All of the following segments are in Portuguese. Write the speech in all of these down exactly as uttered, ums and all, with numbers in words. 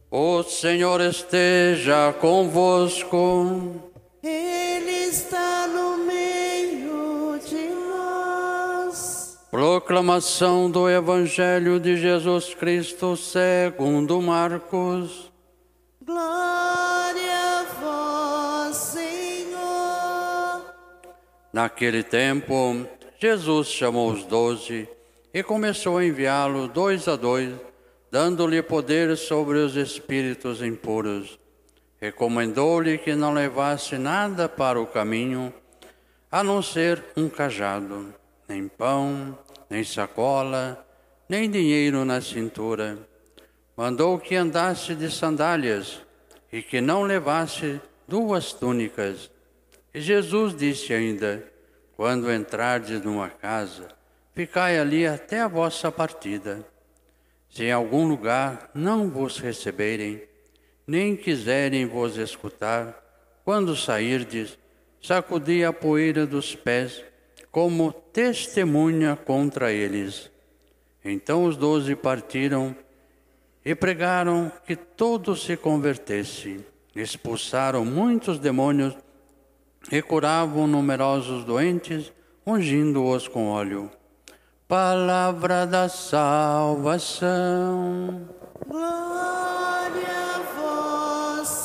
O Senhor esteja convosco. Ele está no meio de nós. Proclamação do Evangelho de Jesus Cristo segundo Marcos. Glória a vós, Senhor. Naquele tempo, Jesus chamou os doze e começou a enviá-los dois a dois, dando-lhe poder sobre os espíritos impuros. Recomendou-lhe que não levasse nada para o caminho, a não ser um cajado, nem pão, nem sacola, nem dinheiro na cintura. Mandou que andasse de sandálias e que não levasse duas túnicas. E Jesus disse ainda: quando entrardes numa casa, ficai ali até a vossa partida. Se em algum lugar não vos receberem, nem quiserem vos escutar, quando sairdes, sacudi a poeira dos pés, como testemunha contra eles. Então os doze partiram e pregaram que todos se convertessem. Expulsaram muitos demônios e curavam numerosos doentes, ungindo-os com óleo. Palavra da salvação. Glória a vós,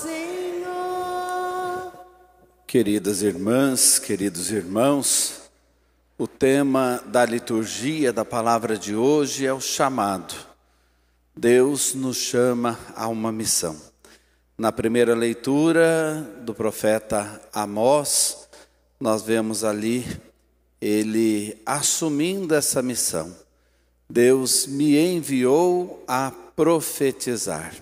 Senhor. Queridas irmãs, queridos irmãos, o tema da liturgia da palavra de hoje é o chamado. Deus nos chama a uma missão. Na primeira leitura do profeta Amós, nós vemos ali ele assumindo essa missão. Deus me enviou a profetizar.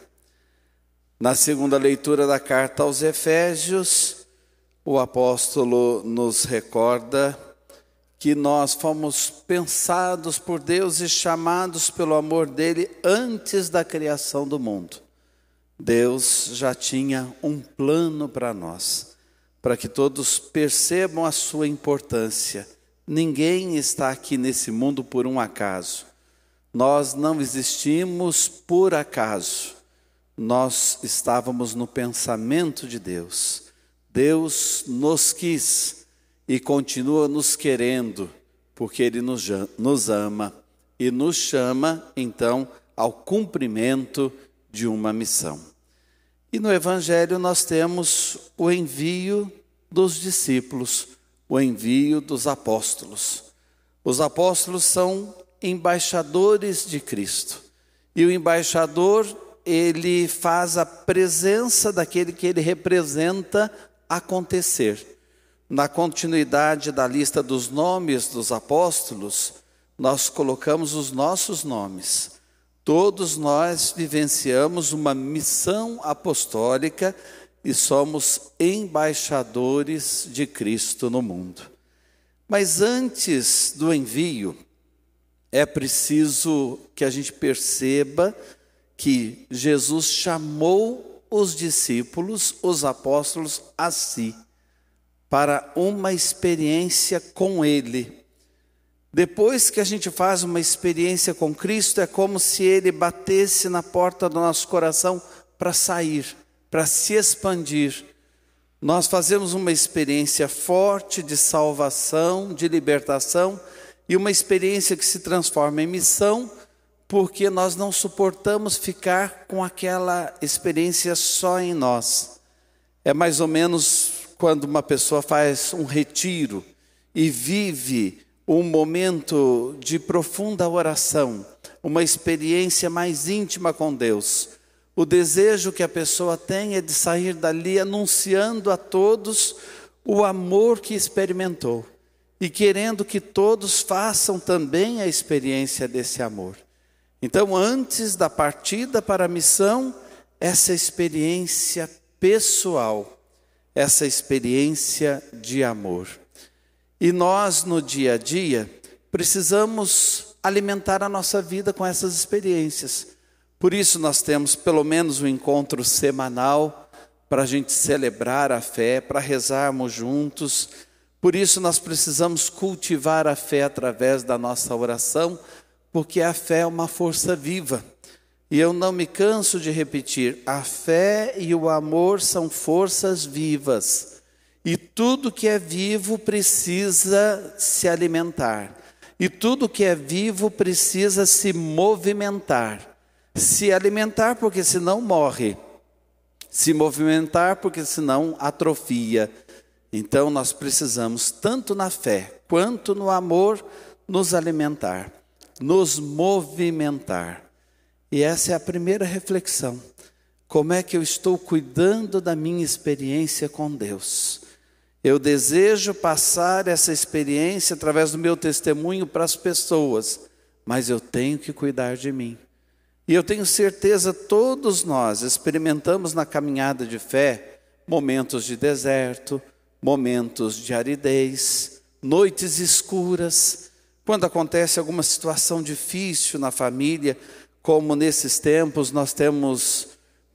Na segunda leitura da carta aos Efésios, o apóstolo nos recorda que nós fomos pensados por Deus e chamados pelo amor dele antes da criação do mundo. Deus já tinha um plano para nós, para que todos percebam a sua importância. Ninguém está aqui nesse mundo por um acaso. Nós não existimos por acaso. Nós estávamos no pensamento de Deus. Deus nos quis e continua nos querendo, porque Ele nos, nos ama e nos chama, então, ao cumprimento de uma missão. E no Evangelho nós temos o envio dos discípulos, o envio dos apóstolos. Os apóstolos são embaixadores de Cristo. E o embaixador, ele faz a presença daquele que ele representa acontecer. Na continuidade da lista dos nomes dos apóstolos, nós colocamos os nossos nomes. Todos nós vivenciamos uma missão apostólica e somos embaixadores de Cristo no mundo. Mas antes do envio, é preciso que a gente perceba que Jesus chamou os discípulos, os apóstolos, a si, para uma experiência com Ele. Depois que a gente faz uma experiência com Cristo, é como se Ele batesse na porta do nosso coração para sair, para se expandir. Nós fazemos uma experiência forte de salvação, de libertação, e uma experiência que se transforma em missão, porque nós não suportamos ficar com aquela experiência só em nós. É mais ou menos quando uma pessoa faz um retiro e vive um momento de profunda oração, uma experiência mais íntima com Deus. O desejo que a pessoa tem é de sair dali anunciando a todos o amor que experimentou e querendo que todos façam também a experiência desse amor. Então, antes da partida para a missão, essa experiência pessoal, essa experiência de amor. E nós, no dia a dia, precisamos alimentar a nossa vida com essas experiências. Por isso nós temos pelo menos um encontro semanal para a gente celebrar a fé, para rezarmos juntos. Por isso nós precisamos cultivar a fé através da nossa oração, porque a fé é uma força viva. E eu não me canso de repetir, a fé e o amor são forças vivas. E tudo que é vivo precisa se alimentar. E tudo que é vivo precisa se movimentar. Se alimentar porque senão morre. Se movimentar porque senão atrofia. Então nós precisamos, tanto na fé quanto no amor, nos alimentar, nos movimentar. E essa é a primeira reflexão. Como é que eu estou cuidando da minha experiência com Deus? Eu desejo passar essa experiência através do meu testemunho para as pessoas, mas eu tenho que cuidar de mim. E eu tenho certeza, todos nós experimentamos na caminhada de fé momentos de deserto, momentos de aridez, noites escuras, quando acontece alguma situação difícil na família, como nesses tempos nós temos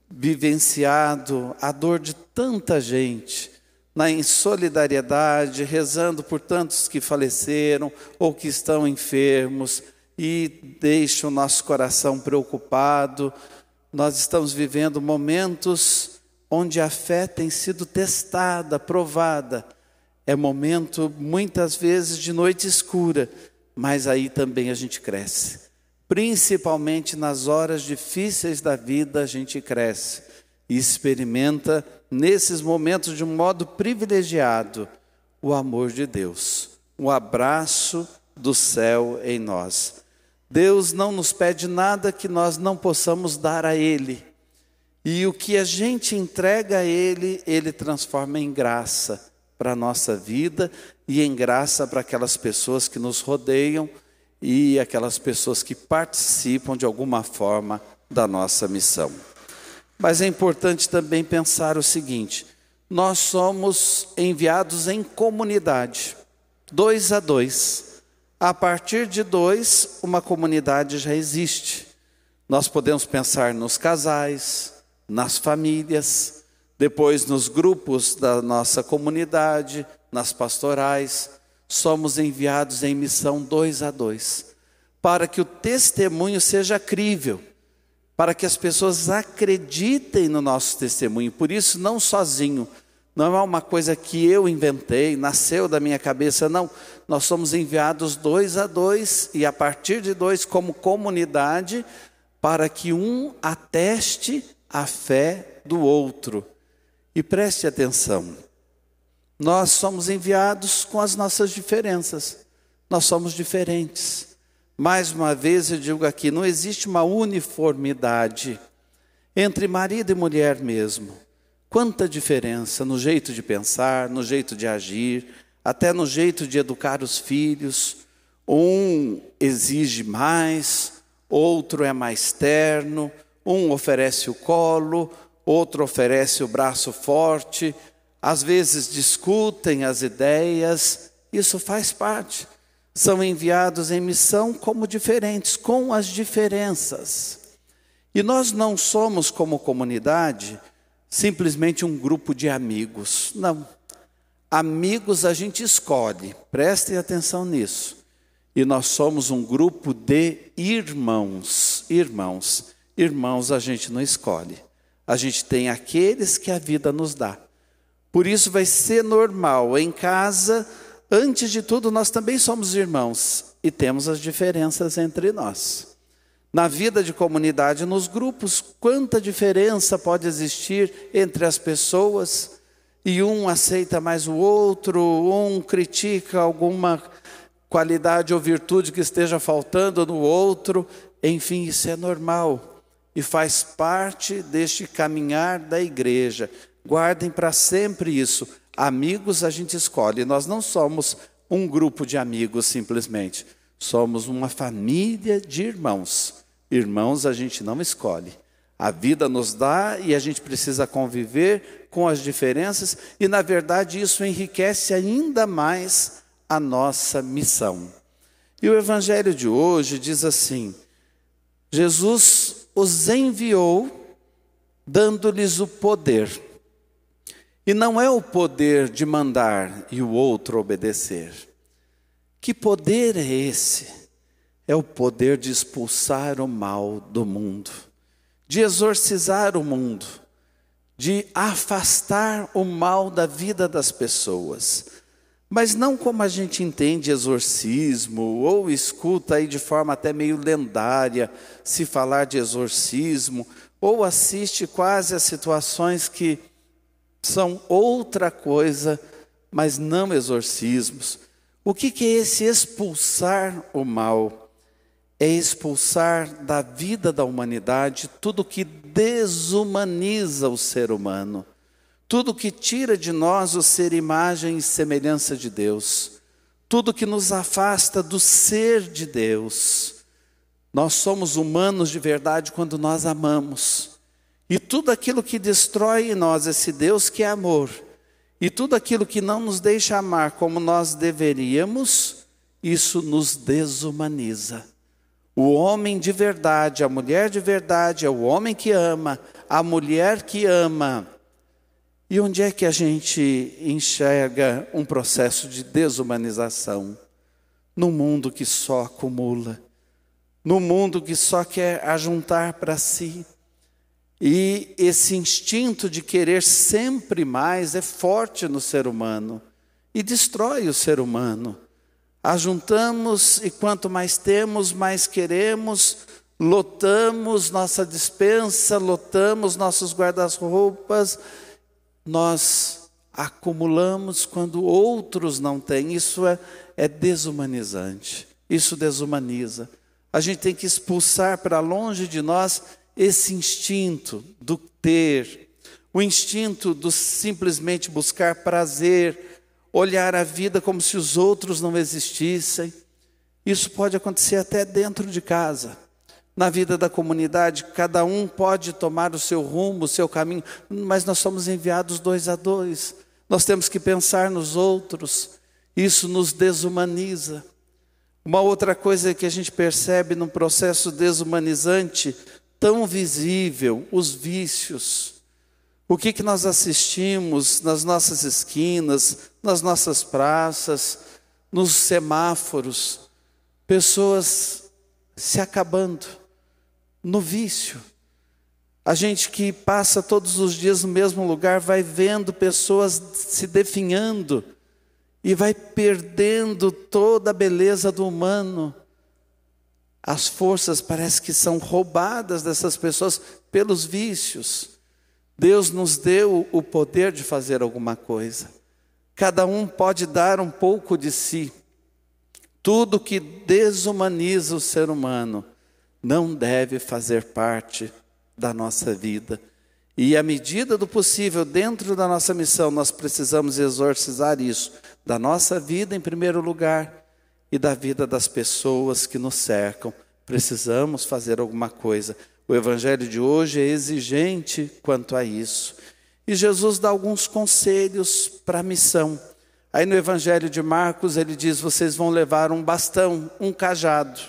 vivenciado a dor de tanta gente, na insolidariedade, rezando por tantos que faleceram ou que estão enfermos e deixam o nosso coração preocupado. Nós estamos vivendo momentos onde a fé tem sido testada, provada. É momento, muitas vezes, de noite escura, mas aí também a gente cresce. Principalmente nas horas difíceis da vida, a gente cresce e experimenta, nesses momentos, de um modo privilegiado, o amor de Deus, o abraço do céu em nós. Deus não nos pede nada que nós não possamos dar a Ele. E o que a gente entrega a Ele, Ele transforma em graça para a nossa vida e em graça para aquelas pessoas que nos rodeiam e aquelas pessoas que participam de alguma forma da nossa missão. Mas é importante também pensar o seguinte: nós somos enviados em comunidade, dois a dois. A partir de dois, uma comunidade já existe. Nós podemos pensar nos casais, nas famílias, depois nos grupos da nossa comunidade, nas pastorais. Somos enviados em missão dois a dois, para que o testemunho seja crível, para que as pessoas acreditem no nosso testemunho. Por isso, não sozinho, não é uma coisa que eu inventei, nasceu da minha cabeça, não. Nós somos enviados dois a dois, e a partir de dois, como comunidade, para que um ateste a fé do outro. E preste atenção, nós somos enviados com as nossas diferenças, nós somos diferentes. Mais uma vez eu digo aqui, não existe uma uniformidade entre marido e mulher mesmo. Quanta diferença no jeito de pensar, no jeito de agir, até no jeito de educar os filhos. Um exige mais, outro é mais terno, um oferece o colo, outro oferece o braço forte. Às vezes discutem as ideias, isso faz parte. São enviados em missão como diferentes, com as diferenças. E nós não somos, como comunidade, simplesmente um grupo de amigos. Não. Amigos a gente escolhe, prestem atenção nisso. E nós somos um grupo de irmãos. Irmãos. Irmãos a gente não escolhe. A gente tem aqueles que a vida nos dá. Por isso vai ser normal, em casa, antes de tudo, nós também somos irmãos e temos as diferenças entre nós. Na vida de comunidade, nos grupos, quanta diferença pode existir entre as pessoas, e um aceita mais o outro, um critica alguma qualidade ou virtude que esteja faltando no outro. Enfim, isso é normal e faz parte deste caminhar da igreja. Guardem para sempre isso. Amigos a gente escolhe. Nós não somos um grupo de amigos simplesmente. Somos uma família de irmãos. Irmãos a gente não escolhe. A vida nos dá e a gente precisa conviver com as diferenças. E na verdade isso enriquece ainda mais a nossa missão. E o evangelho de hoje diz assim: Jesus os enviou dando-lhes o poder. E não é o poder de mandar e o outro obedecer. Que poder é esse? É o poder de expulsar o mal do mundo. de exorcizar o mundo, de afastar o mal da vida das pessoas. Mas não como a gente entende exorcismo, ou escuta aí de forma até meio lendária se falar de exorcismo, ou assiste quase a situações que são outra coisa, mas não exorcismos. O que que é esse expulsar o mal? É expulsar da vida da humanidade tudo que desumaniza o ser humano, tudo que tira de nós o ser imagem e semelhança de Deus, tudo que nos afasta do ser de Deus. Nós somos humanos de verdade quando nós amamos, e tudo aquilo que destrói em nós esse Deus que é amor, e tudo aquilo que não nos deixa amar como nós deveríamos, isso nos desumaniza. O homem de verdade, a mulher de verdade, é o homem que ama, a mulher que ama. E onde é que a gente enxerga um processo de desumanização? Num mundo que só acumula, num mundo que só quer ajuntar para si. E esse instinto de querer sempre mais é forte no ser humano e destrói o ser humano. Ajuntamos e quanto mais temos, mais queremos, lotamos nossa despensa, lotamos nossos guarda-roupas, nós acumulamos quando outros não têm. Isso é, é desumanizante, isso desumaniza. A gente tem que expulsar para longe de nós esse instinto do ter, o instinto do simplesmente buscar prazer, olhar a vida como se os outros não existissem. Isso pode acontecer até dentro de casa. Na vida da comunidade, cada um pode tomar o seu rumo, o seu caminho, mas nós somos enviados dois a dois. Nós temos que pensar nos outros. Isso nos desumaniza. Uma outra coisa que a gente percebe num processo desumanizante, tão visível, os vícios. O que que nós assistimos nas nossas esquinas, nas nossas praças, nos semáforos? Pessoas se acabando no vício. A gente que passa todos os dias no mesmo lugar vai vendo pessoas se definhando e vai perdendo toda a beleza do humano. As forças parece que são roubadas dessas pessoas pelos vícios. Deus nos deu o poder de fazer alguma coisa. Cada um pode dar um pouco de si. Tudo que desumaniza o ser humano não deve fazer parte da nossa vida. E à medida do possível, dentro da nossa missão, nós precisamos exorcizar isso. Da nossa vida em primeiro lugar e da vida das pessoas que nos cercam. Precisamos fazer alguma coisa. O evangelho de hoje é exigente quanto a isso. E Jesus dá alguns conselhos para a missão. Aí no evangelho de Marcos ele diz, vocês vão levar um bastão, um cajado.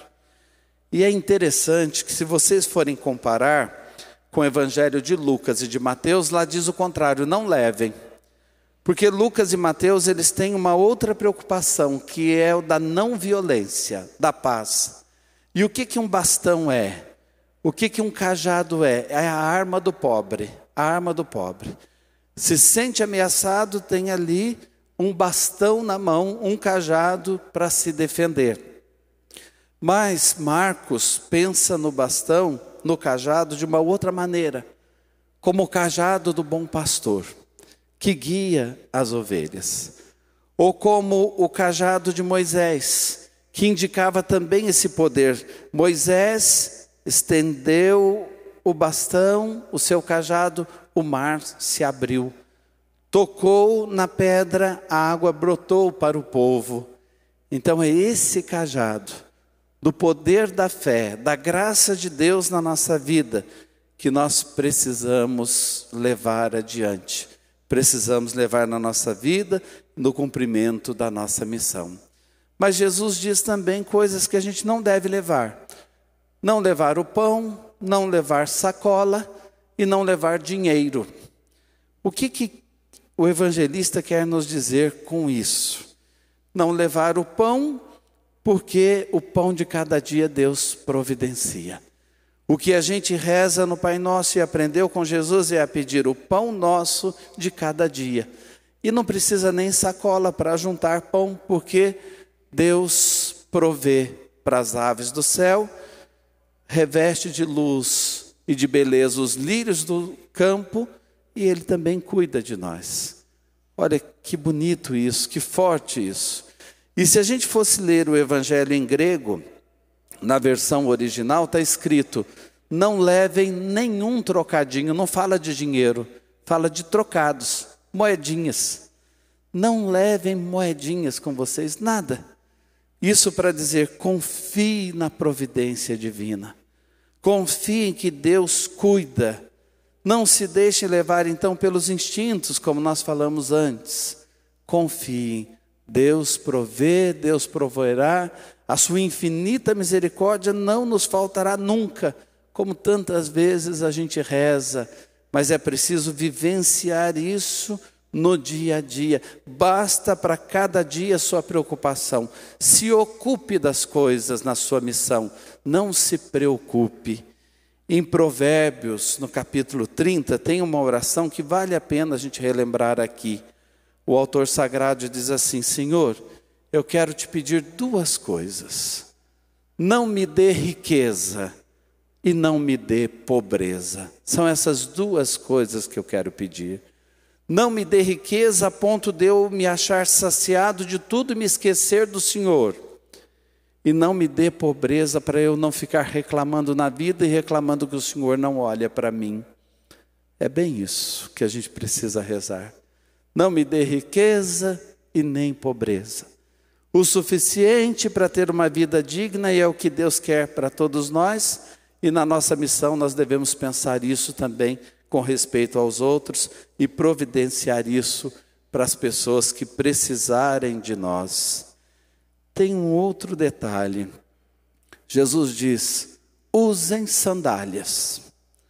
E é interessante que se vocês forem comparar com o evangelho de Lucas e de Mateus, lá diz o contrário, não levem. Porque Lucas e Mateus eles têm uma outra preocupação, que é o da não violência, da paz. E o que que um bastão é? O que que um cajado é? É a arma do pobre, a arma do pobre. Se sente ameaçado, tem ali um bastão na mão, um cajado para se defender. Mas Marcos pensa no bastão, no cajado, de uma outra maneira. Como o cajado do bom pastor, que guia as ovelhas. Ou como o cajado de Moisés, que indicava também esse poder. Moisés estendeu o bastão, o seu cajado, o mar se abriu. Tocou na pedra, a água brotou para o povo. Então é esse cajado, do poder da fé, da graça de Deus na nossa vida, que nós precisamos levar adiante. Precisamos levar na nossa vida, no cumprimento da nossa missão. Mas Jesus diz também coisas que a gente não deve levar. Não levar o pão, não levar sacola e não levar dinheiro. O que que o evangelista quer nos dizer com isso? Não levar o pão, porque o pão de cada dia Deus providencia. O que a gente reza no Pai Nosso e aprendeu com Jesus é a pedir o pão nosso de cada dia. E não precisa nem sacola para juntar pão, porque Deus provê para as aves do céu, reveste de luz e de beleza os lírios do campo, e Ele também cuida de nós. Olha que bonito isso, que forte isso. E se a gente fosse ler o Evangelho em grego, na versão original está escrito: não levem nenhum trocadinho, não fala de dinheiro, fala de trocados, moedinhas. Não levem moedinhas com vocês, nada. Isso para dizer, confie na providência divina. Confie em que Deus cuida. Não se deixem levar então pelos instintos, como nós falamos antes. Confiem. Deus provê, Deus proverá. A sua infinita misericórdia não nos faltará nunca, como tantas vezes a gente reza. Mas é preciso vivenciar isso no dia a dia. Basta para cada dia a sua preocupação. Se ocupe das coisas na sua missão. Não se preocupe. Em Provérbios, no capítulo trinta, tem uma oração que vale a pena a gente relembrar aqui. O autor sagrado diz assim: Senhor, eu quero te pedir duas coisas. Não me dê riqueza e não me dê pobreza. São essas duas coisas que eu quero pedir. Não me dê riqueza a ponto de eu me achar saciado de tudo e me esquecer do Senhor. E não me dê pobreza para eu não ficar reclamando na vida e reclamando que o Senhor não olha para mim. É bem isso que a gente precisa rezar. Não me dê riqueza e nem pobreza. O suficiente para ter uma vida digna, e é o que Deus quer para todos nós. E na nossa missão nós devemos pensar isso também com respeito aos outros e providenciar isso para as pessoas que precisarem de nós. Tem um outro detalhe. Jesus diz: usem sandálias.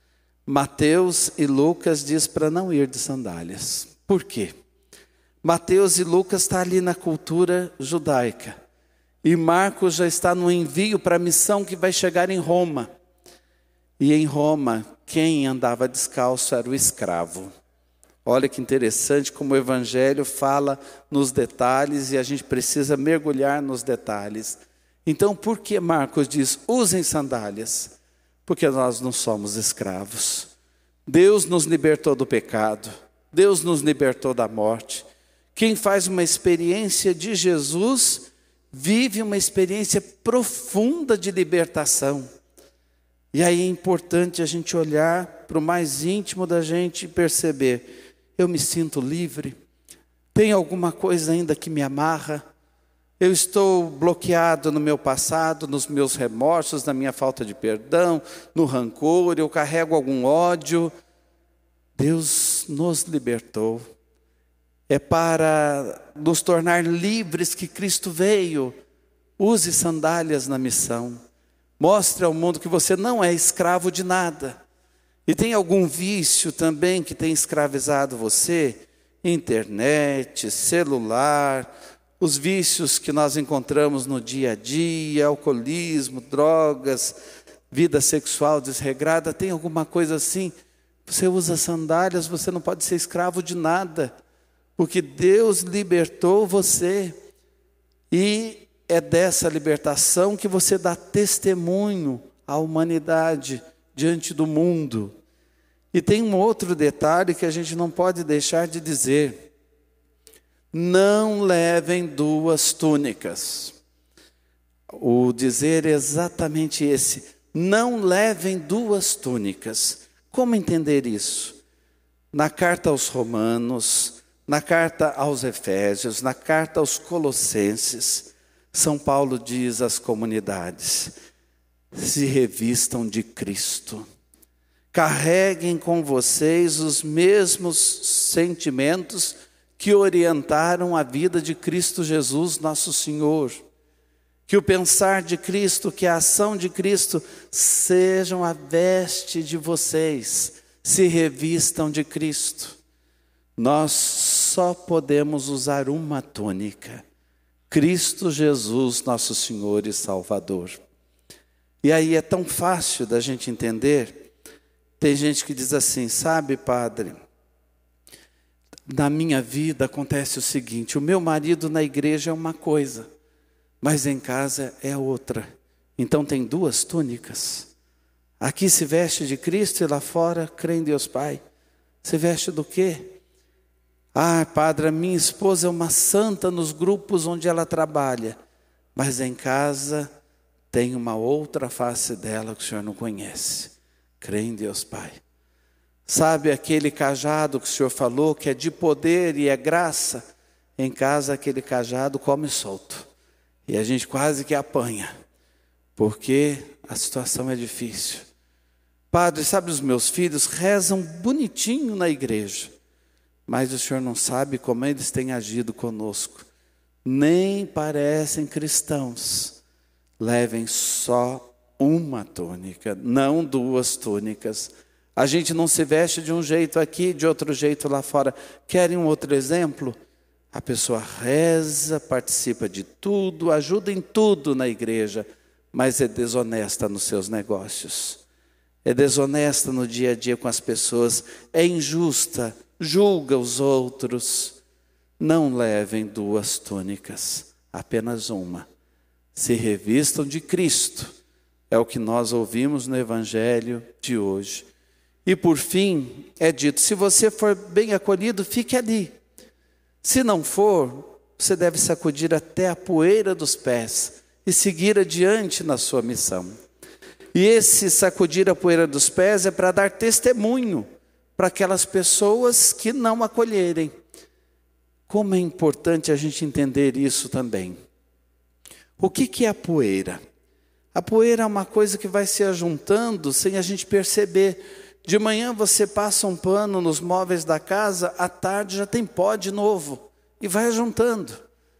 Mateus e Lucas diz para não ir de sandálias. Por quê? Mateus e Lucas estão ali na cultura judaica. E Marcos já está no envio para a missão que vai chegar em Roma. E em Roma, quem andava descalço era o escravo. Olha que interessante como o Evangelho fala nos detalhes e a gente precisa mergulhar nos detalhes. Então, por que Marcos diz, usem sandálias? Porque nós não somos escravos. Deus nos libertou do pecado. Deus nos libertou da morte. Quem faz uma experiência de Jesus, vive uma experiência profunda de libertação. E aí é importante a gente olhar para o mais íntimo da gente e perceber, eu me sinto livre? Tem alguma coisa ainda que me amarra? Eu estou bloqueado no meu passado, nos meus remorsos, na minha falta de perdão, no rancor, eu carrego algum ódio. Deus nos libertou. É para nos tornar livres que Cristo veio. Use sandálias na missão. Mostre ao mundo que você não é escravo de nada. E tem algum vício também que tem escravizado você? Internet, celular, os vícios que nós encontramos no dia a dia, alcoolismo, drogas, vida sexual desregrada. Tem alguma coisa assim? Você usa sandálias, você não pode ser escravo de nada. Porque Deus libertou você. E é dessa libertação que você dá testemunho à humanidade diante do mundo. E tem um outro detalhe que a gente não pode deixar de dizer. Não levem duas túnicas. O dizer é exatamente esse. Não levem duas túnicas. Como entender isso? Na carta aos Romanos, na carta aos Efésios, na carta aos Colossenses, São Paulo diz às comunidades: se revistam de Cristo. Carreguem com vocês os mesmos sentimentos que orientaram a vida de Cristo Jesus, nosso Senhor. Que o pensar de Cristo, que a ação de Cristo sejam a veste de vocês. Se revistam de Cristo. Nós só podemos usar uma túnica. Cristo Jesus, nosso Senhor e Salvador. E aí é tão fácil da gente entender. Tem gente que diz assim, sabe, padre, na minha vida acontece o seguinte, o meu marido na igreja é uma coisa, mas em casa é outra. Então tem duas túnicas. Aqui se veste de Cristo e lá fora crê em Deus Pai. Se veste do quê? Ah, padre, a minha esposa é uma santa nos grupos onde ela trabalha, mas em casa tem uma outra face dela que o senhor não conhece. Crê em Deus Pai. Sabe aquele cajado que o senhor falou, que é de poder e é graça? Em casa aquele cajado come solto. E a gente quase que apanha, porque a situação é difícil. Padre, sabe, os meus filhos rezam bonitinho na igreja, mas o senhor não sabe como eles têm agido conosco. Nem parecem cristãos. Levem só uma túnica, não duas túnicas. A gente não se veste de um jeito aqui, de outro jeito lá fora. Querem um outro exemplo? A pessoa reza, participa de tudo, ajuda em tudo na igreja, mas é desonesta nos seus negócios. É desonesta no dia a dia com as pessoas, é injusta, julga os outros. Não levem duas túnicas, apenas uma. Se revistam de Cristo, é o que nós ouvimos no Evangelho de hoje. E por fim, é dito, se você for bem acolhido, fique ali. Se não for, você deve sacudir até a poeira dos pés e seguir adiante na sua missão. E esse sacudir a poeira dos pés é para dar testemunho para aquelas pessoas que não acolherem. Como é importante a gente entender isso também. O que que é a poeira? A poeira é uma coisa que vai se ajuntando sem a gente perceber. De manhã você passa um pano nos móveis da casa, à tarde já tem pó de novo. E vai juntando.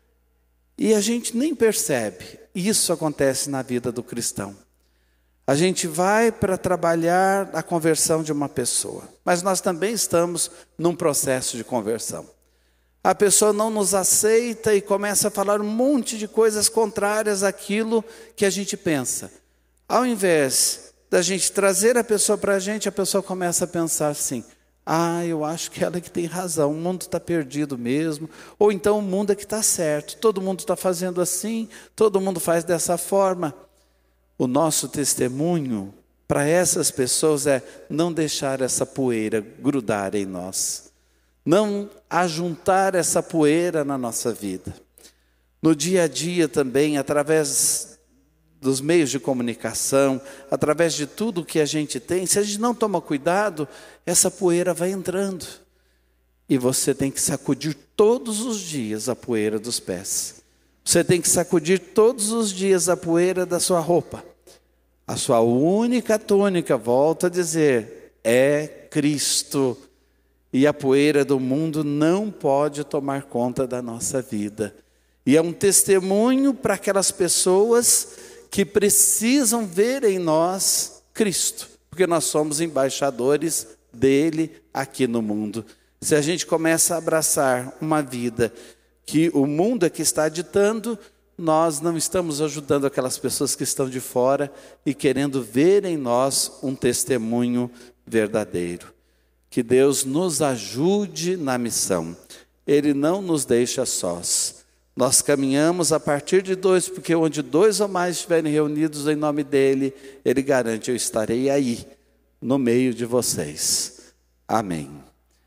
E a gente nem percebe. Isso acontece na vida do cristão. A gente vai para trabalhar a conversão de uma pessoa. Mas nós também estamos num processo de conversão. A pessoa não nos aceita e começa a falar um monte de coisas contrárias àquilo que a gente pensa. Ao invés da gente trazer a pessoa para a gente, a pessoa começa a pensar assim, ah, eu acho que ela é que tem razão, o mundo está perdido mesmo, ou então o mundo é que está certo, todo mundo está fazendo assim, todo mundo faz dessa forma. O nosso testemunho para essas pessoas é não deixar essa poeira grudar em nós, não ajuntar essa poeira na nossa vida. No dia a dia também, através dos meios de comunicação, através de tudo que a gente tem, se a gente não toma cuidado, essa poeira vai entrando. E você tem que sacudir todos os dias a poeira dos pés. Você tem que sacudir todos os dias a poeira da sua roupa. A sua única túnica, volto a dizer, é Cristo. E a poeira do mundo não pode tomar conta da nossa vida. E é um testemunho para aquelas pessoas que precisam ver em nós Cristo, porque nós somos embaixadores dele aqui no mundo. Se a gente começa a abraçar uma vida que o mundo é que está ditando, nós não estamos ajudando aquelas pessoas que estão de fora e querendo ver em nós um testemunho verdadeiro. Que Deus nos ajude na missão. Ele não nos deixa sós. Nós caminhamos a partir de dois, porque onde dois ou mais estiverem reunidos em nome dele, ele garante, eu estarei aí, no meio de vocês. Amém.